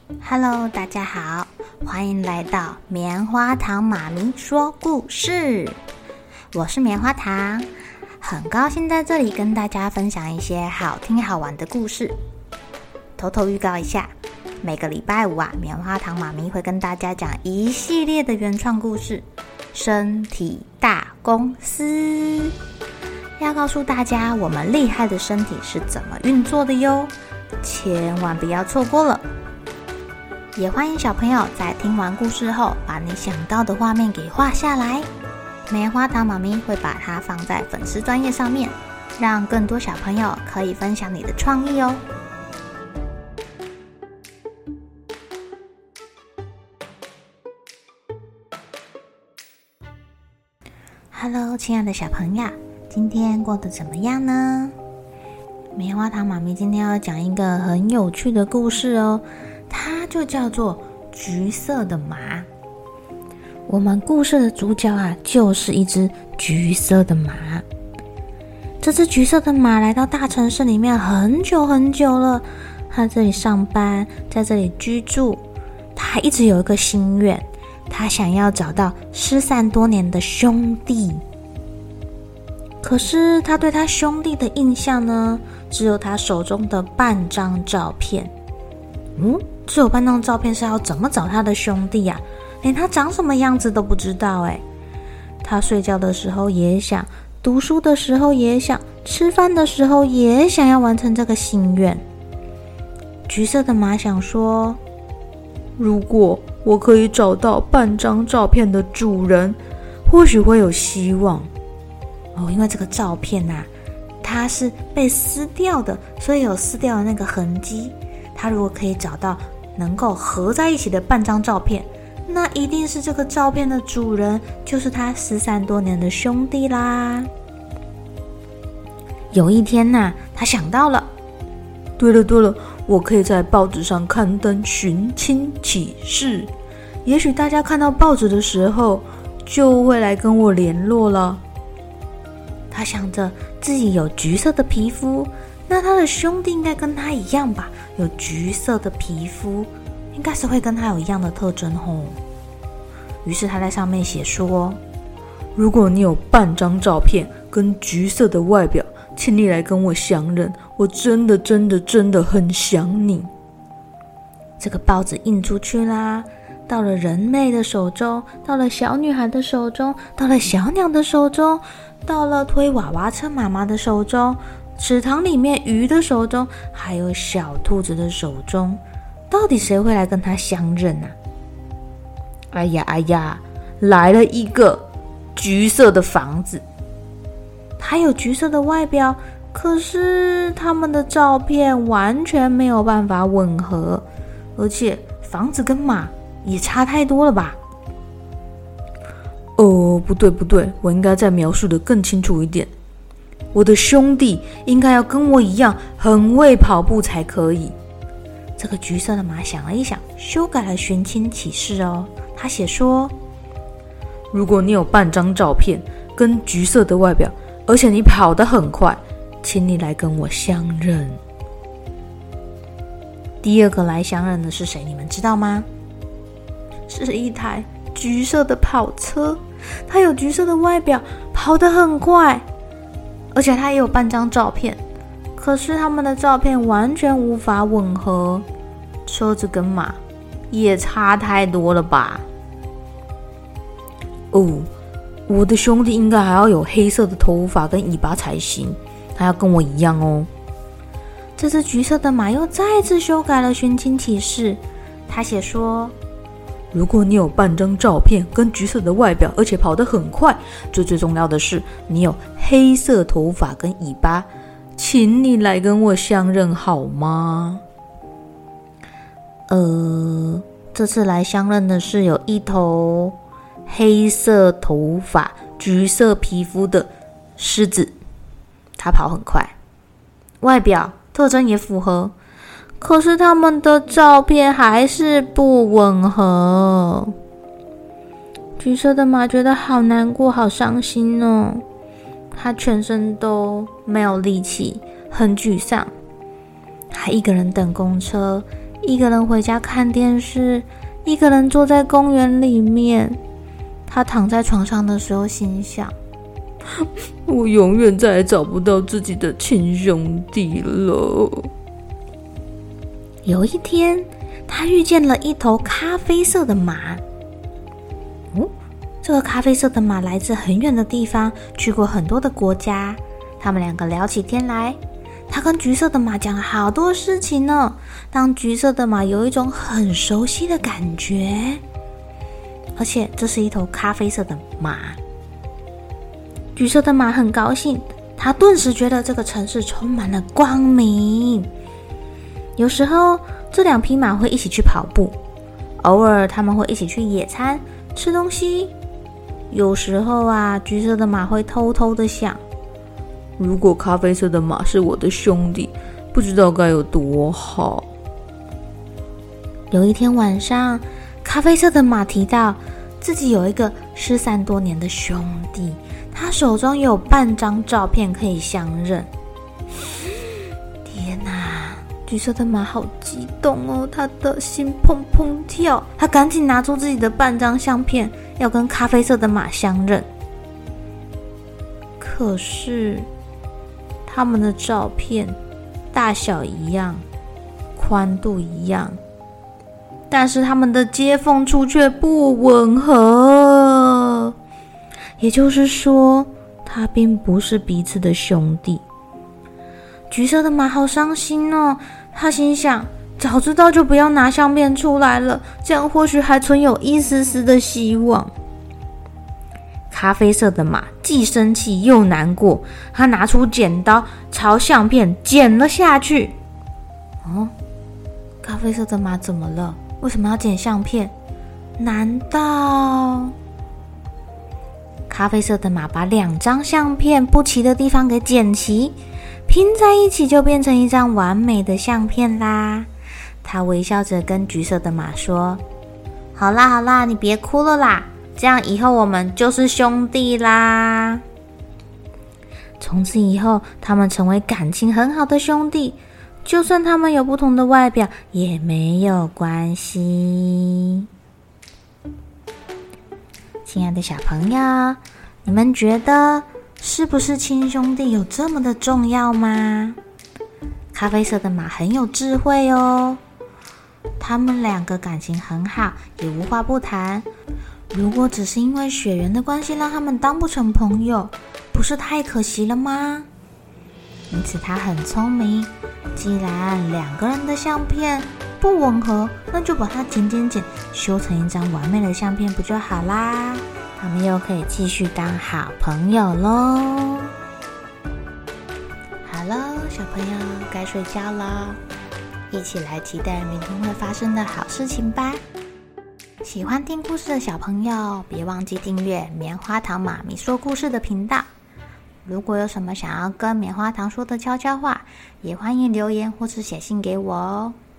Hello， 大家好，欢迎来到棉花糖妈咪说故事。我是棉花糖，很高兴在这里跟大家分享一些好听好玩的故事。偷偷预告一下，每个礼拜五棉花糖妈咪会跟大家讲一系列的原创故事，身体大公司，要告诉大家我们厉害的身体是怎么运作的哟，千万不要错过了。也欢迎小朋友在听完故事后，把你想到的画面给画下来。棉花糖妈咪会把它放在粉丝专页上面，让更多小朋友可以分享你的创意哦。Hello， 亲爱的小朋友，今天过得怎么样呢？棉花糖妈咪今天要讲一个很有趣的故事哦，它就叫做橘色的马。我们故事的主角就是一只橘色的马。这只橘色的马来到大城市里面很久很久了，它在这里上班，在这里居住。它一直有一个心愿，它想要找到失散多年的兄弟。可是他对他兄弟的印象呢，只有他手中的半张照片。只有半张照片是要怎么找他的兄弟啊？连他长什么样子都不知道耶。他睡觉的时候也想，读书的时候也想，吃饭的时候也想要完成这个心愿。橘色的马想说，如果我可以找到半张照片的主人，或许会有希望。因为这个照片它是被撕掉的，所以有撕掉的那个痕迹。他如果可以找到能够合在一起的半张照片，那一定是这个照片的主人就是他失散多年的兄弟啦。有一天他想到了，对了，我可以在报纸上刊登寻亲启事，也许大家看到报纸的时候就会来跟我联络了。他想着自己有橘色的皮肤，那他的兄弟应该跟他一样吧，有橘色的皮肤，应该是会跟他有一样的特征吼。于是他在上面写说，如果你有半张照片跟橘色的外表，请你来跟我相认，我真的很想你。这个报纸印出去啦，到了人类的手中，到了小女孩的手中，到了小鸟的手中，到了推娃娃车妈妈的手中，池塘里面鱼的手中，还有小兔子的手中，到底谁会来跟他相认啊？哎呀，来了一个橘色的房子，它有橘色的外表，可是他们的照片完全没有办法吻合，而且房子跟马也差太多了吧？不对，我应该再描述得更清楚一点。我的兄弟应该要跟我一样很会跑步才可以。这个橘色的马想了一想，修改了寻亲启事哦。他写说，如果你有半张照片跟橘色的外表，而且你跑得很快，请你来跟我相认。第二个来相认的是谁？你们知道吗？是一台橘色的跑车，它有橘色的外表，跑得很快，而且它也有半张照片，可是他们的照片完全无法吻合，车子跟马也差太多了吧？我的兄弟应该还要有黑色的头发跟尾巴才行，他要跟我一样哦。这只橘色的马又再次修改了寻亲启事，他写说，如果你有半张照片跟橘色的外表，而且跑得很快，最重要的是你有黑色头发跟尾巴，请你来跟我相认好吗？这次来相认的是有一头黑色头发、橘色皮肤的狮子，它跑很快，外表特征也符合，可是他们的照片还是不吻合。橘色的马觉得好难过，好伤心哦。他全身都没有力气，很沮丧。他一个人等公车， 一个人回家看电视，一个人坐在公园里面。他躺在床上的时候心想，我永远再也找不到自己的亲兄弟了。有一天，他遇见了一头咖啡色的马。这个咖啡色的马来自很远的地方，去过很多的国家。他们两个聊起天来，他跟橘色的马讲了好多事情呢，让橘色的马有一种很熟悉的感觉。而且这是一头咖啡色的马。橘色的马很高兴，他顿时觉得这个城市充满了光明。有时候这两匹马会一起去跑步，偶尔他们会一起去野餐吃东西。有时候橘色的马会偷偷的想，如果咖啡色的马是我的兄弟，不知道该有多好。有一天晚上，咖啡色的马提到自己有一个失散多年的兄弟，他手中有半张照片可以相认。天哪，橘色的马好激动哦，他的心砰砰跳，他赶紧拿出自己的半张相片，要跟咖啡色的马相认。可是他们的照片大小一样，宽度一样，但是他们的接缝处却不吻合，也就是说，他并不是彼此的兄弟。橘色的马好伤心哦，他心想，早知道就不要拿相片出来了，这样或许还存有一丝丝的希望。咖啡色的马既生气又难过，他拿出剪刀朝相片剪了下去。咖啡色的马怎么了？为什么要剪相片？难道咖啡色的马把两张相片不齐的地方给剪齐，拼在一起就变成一张完美的相片啦？他微笑着跟橘色的马说，好啦好啦，你别哭了啦，这样以后我们就是兄弟啦。从此以后，他们成为感情很好的兄弟，就算他们有不同的外表也没有关系。亲爱的小朋友，你们觉得是不是亲兄弟有这么的重要吗？咖啡色的马很有智慧哦，他们两个感情很好，也无话不谈。如果只是因为血缘的关系让他们当不成朋友，不是太可惜了吗？因此他很聪明，既然两个人的相片不吻合，那就把它剪，修成一张完美的相片不就好啦？他们又可以继续当好朋友咯。好了，小朋友该睡觉了，一起来期待明天会发生的好事情吧。喜欢听故事的小朋友，别忘记订阅棉花糖妈咪说故事的频道。如果有什么想要跟棉花糖说的悄悄话，也欢迎留言或是写信给我哦。